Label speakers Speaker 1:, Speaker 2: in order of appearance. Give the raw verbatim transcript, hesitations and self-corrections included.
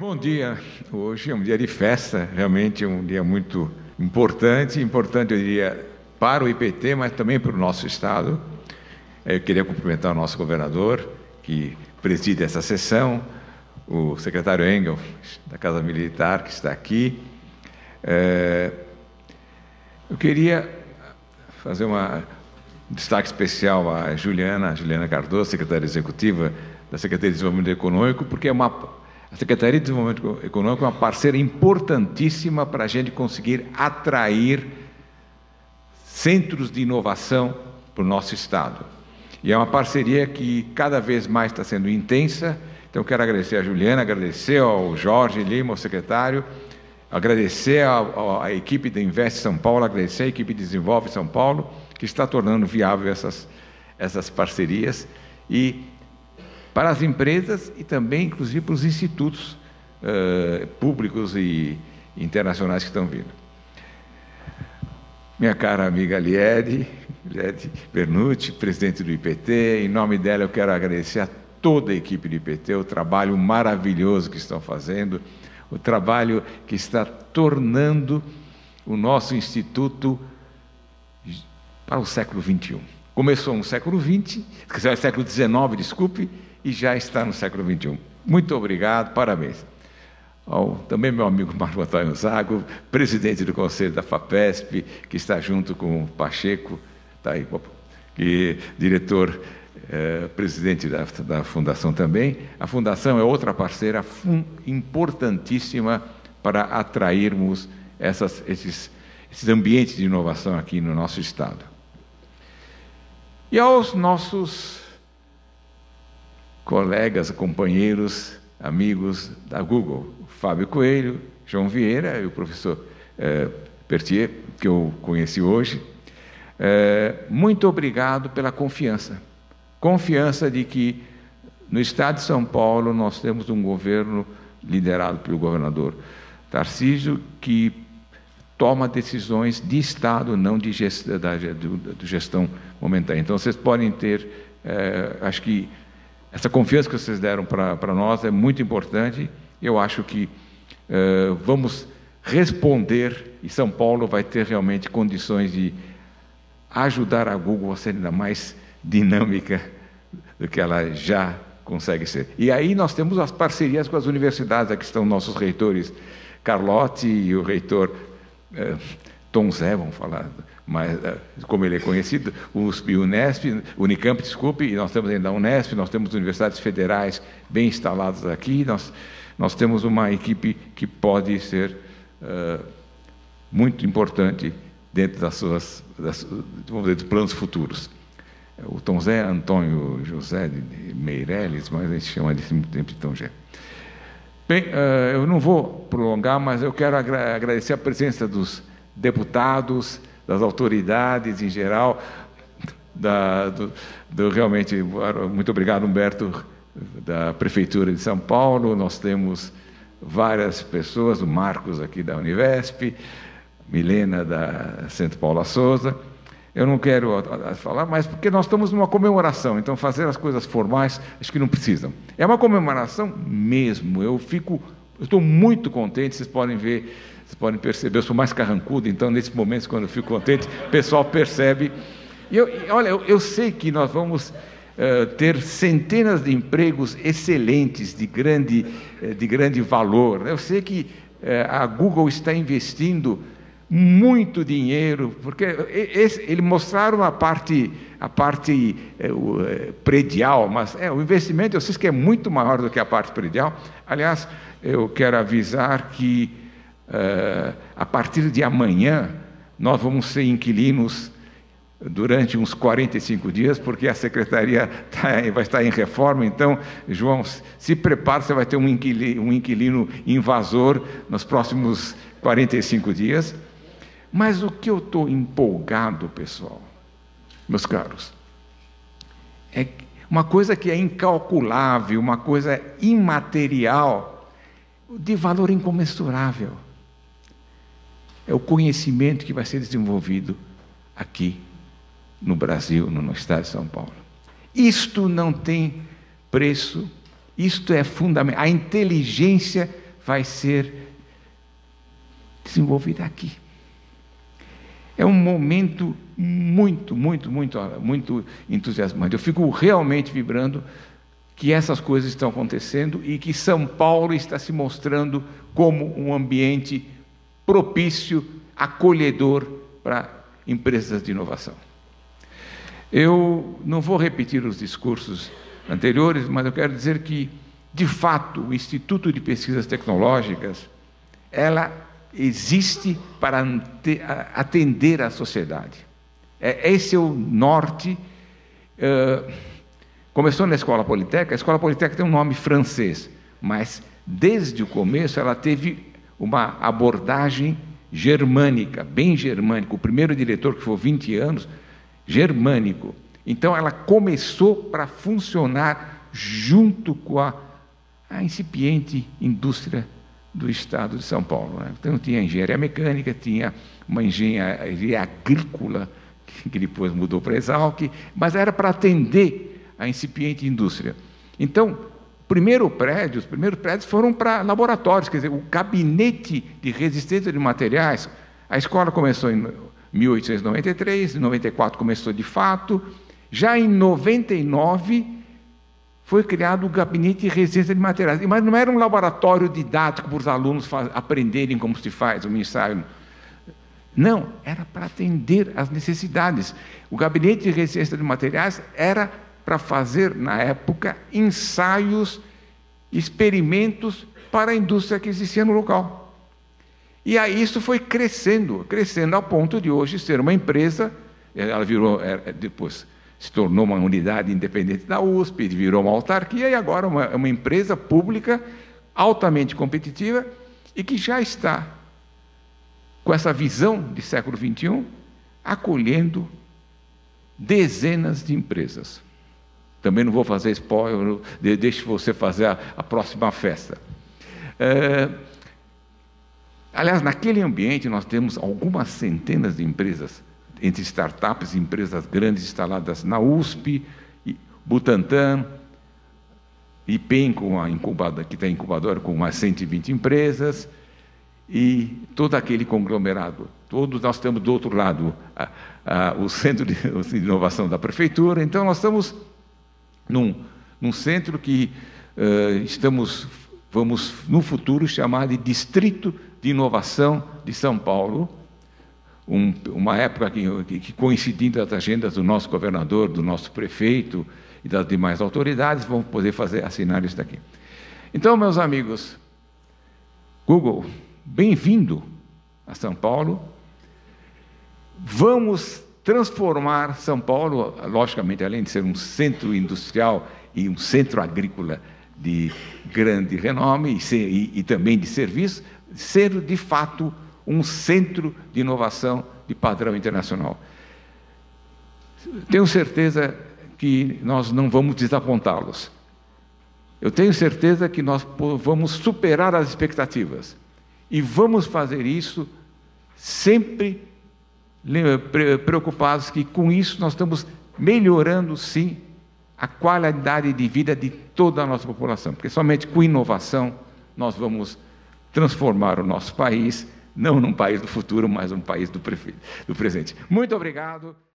Speaker 1: Bom dia. Hoje é um dia de festa, realmente é um dia muito importante, importante eu diria para o I P T, mas também para o nosso Estado. Eu queria cumprimentar o nosso governador, que preside essa sessão, o secretário Engel, da Casa Militar, que está aqui. É... Eu queria fazer uma... um destaque especial à Juliana, a Juliana Cardoso, secretária executiva da Secretaria de Desenvolvimento Econômico, porque é uma... a Secretaria de Desenvolvimento Econômico é uma parceira importantíssima para a gente conseguir atrair centros de inovação para o nosso Estado. E é uma parceria que cada vez mais está sendo intensa. Então, quero agradecer a Juliana, agradecer ao Jorge Lima, o secretário, agradecer à, à equipe da Invest São Paulo, agradecer à equipe de Desenvolve São Paulo, que está tornando viável essas, essas parcerias, e para as empresas e também, inclusive, para os institutos uh, públicos e internacionais que estão vindo. Minha cara amiga Liede, Liede Bernucci, presidente do I P T, em nome dela eu quero agradecer a toda a equipe do I P T, o trabalho maravilhoso que estão fazendo, o trabalho que está tornando o nosso Instituto para o século vinte e um. Começou no século vinte, século dezenove, desculpe, e já está no século vinte e um. Muito obrigado, parabéns. Ao, também meu amigo Marco Antônio Zago, presidente do Conselho da FAPESP, que está junto com o Pacheco, tá aí, que diretor, eh, presidente da, da Fundação também. A Fundação é outra parceira fun, importantíssima para atrairmos essas, esses, esses ambientes de inovação aqui no nosso Estado. E aos nossos colegas, companheiros, amigos da Google, Fábio Coelho, João Vieira e o professor eh, Pertier, que eu conheci hoje. Eh, muito obrigado pela confiança. Confiança de que no Estado de São Paulo nós temos um governo liderado pelo governador Tarcísio, que toma decisões de Estado, não de gestão, da, de gestão momentânea. Então, vocês podem ter, eh, acho que essa confiança que vocês deram para nós é muito importante. Eu acho que uh, vamos responder, e São Paulo vai ter realmente condições de ajudar a Google a ser ainda mais dinâmica do que ela já consegue ser. E aí nós temos as parcerias com as universidades. Aqui estão nossos reitores, Carlotti e o reitor uh, Tom Zé, vamos falar, mas, como ele é conhecido, o U S P e o Unesp, Unicamp, desculpe, e nós temos ainda a Unesp, nós temos universidades federais bem instaladas aqui, nós, nós temos uma equipe que pode ser uh, muito importante dentro das suas, das, vamos dizer, dos planos futuros. O Tom Zé, Antônio José de Meirelles, mas a gente chama de muito tempo de Tom Zé. Bem, uh, eu não vou prolongar, mas eu quero agra agradecer a presença dos deputados, das autoridades em geral, da, do, do, realmente, muito obrigado, Humberto, da Prefeitura de São Paulo. Nós temos várias pessoas, o Marcos aqui da Univesp, Milena da Centro Paula Souza. Eu não quero falar mais, porque nós estamos numa comemoração, então fazer as coisas formais, acho que não precisam. É uma comemoração mesmo, eu fico, eu estou muito contente, vocês podem ver, vocês podem perceber, eu sou mais carrancudo, então, nesses momentos, quando eu fico contente, o pessoal percebe. E eu, olha, eu, eu sei que nós vamos uh, ter centenas de empregos excelentes, de grande, uh, de grande valor. Eu sei que uh, a Google está investindo muito dinheiro, porque esse, eles mostraram a parte, a parte uh, predial, mas é, o investimento, eu sei que é muito maior do que a parte predial. Aliás, eu quero avisar que Uh, a partir de amanhã, nós vamos ser inquilinos durante uns quarenta e cinco dias, porque a secretaria tá, vai estar em reforma. Então, João, se prepare, você vai ter um inquilino, um inquilino invasor nos próximos quarenta e cinco dias. Mas o que eu estou empolgado, pessoal, meus caros, é uma coisa que é incalculável, uma coisa imaterial, de valor incomensurável. É o conhecimento que vai ser desenvolvido aqui no Brasil, no Estado de São Paulo. Isto não tem preço, isto é fundamental. A inteligência vai ser desenvolvida aqui. É um momento muito, muito, muito, muito entusiasmante. Eu fico realmente vibrando que essas coisas estão acontecendo e que São Paulo está se mostrando como um ambiente propício, acolhedor para empresas de inovação. Eu não vou repetir os discursos anteriores, mas eu quero dizer que, de fato, o Instituto de Pesquisas Tecnológicas, ela existe para atender a sociedade. Esse é o norte. Começou na Escola Politécnica. A Escola Politécnica tem um nome francês, mas desde o começo ela teve uma abordagem germânica, bem germânica. O primeiro diretor, que foi vinte anos, germânico. Então ela começou para funcionar junto com a, a incipiente indústria do estado de São Paulo, né? Então tinha engenharia mecânica, tinha uma engenharia agrícola, que depois mudou para a Exalc, mas era para atender a incipiente indústria. Então, o primeiro prédio, os primeiros prédios foram para laboratórios, quer dizer, o gabinete de resistência de materiais. A escola começou em mil oitocentos e noventa e três, em noventa e quatro começou de fato, já em noventa e nove foi criado o gabinete de resistência de materiais, mas não era um laboratório didático para os alunos aprenderem como se faz um ensaio. Não, era para atender às necessidades. O gabinete de resistência de materiais era para fazer, na época, ensaios, experimentos para a indústria que existia no local. E aí isso foi crescendo, crescendo ao ponto de hoje ser uma empresa, ela virou, depois se tornou uma unidade independente da U S P, virou uma autarquia e agora uma, uma empresa pública altamente competitiva e que já está, com essa visão de século vinte e um, acolhendo dezenas de empresas. Também não vou fazer spoiler, deixe você fazer a, a próxima festa. É, aliás, naquele ambiente nós temos algumas centenas de empresas, entre startups e empresas grandes instaladas na U S P, Butantan, I P E M, com a incubadora, que tem incubadora com umas cento e vinte empresas, e todo aquele conglomerado. Todos nós temos do outro lado a, a, o Centro de, de Inovação da Prefeitura. Então, nós estamos num, num centro que uh, estamos, vamos, no futuro, chamar de Distrito de Inovação de São Paulo, um, uma época que, que, coincidindo as agendas do nosso governador, do nosso prefeito e das demais autoridades, vão poder fazer, assinar isso daqui. Então, meus amigos, Google, bem-vindo a São Paulo. Vamos transformar São Paulo, logicamente, além de ser um centro industrial e um centro agrícola de grande renome e, ser, e, e também de serviço, ser, de fato, um centro de inovação de padrão internacional. Tenho certeza que nós não vamos desapontá-los. Eu tenho certeza que nós vamos superar as expectativas. E vamos fazer isso sempre preocupados que, com isso, nós estamos melhorando, sim, a qualidade de vida de toda a nossa população. Porque somente com inovação nós vamos transformar o nosso país, não num país do futuro, mas num país do, do presente. Muito obrigado.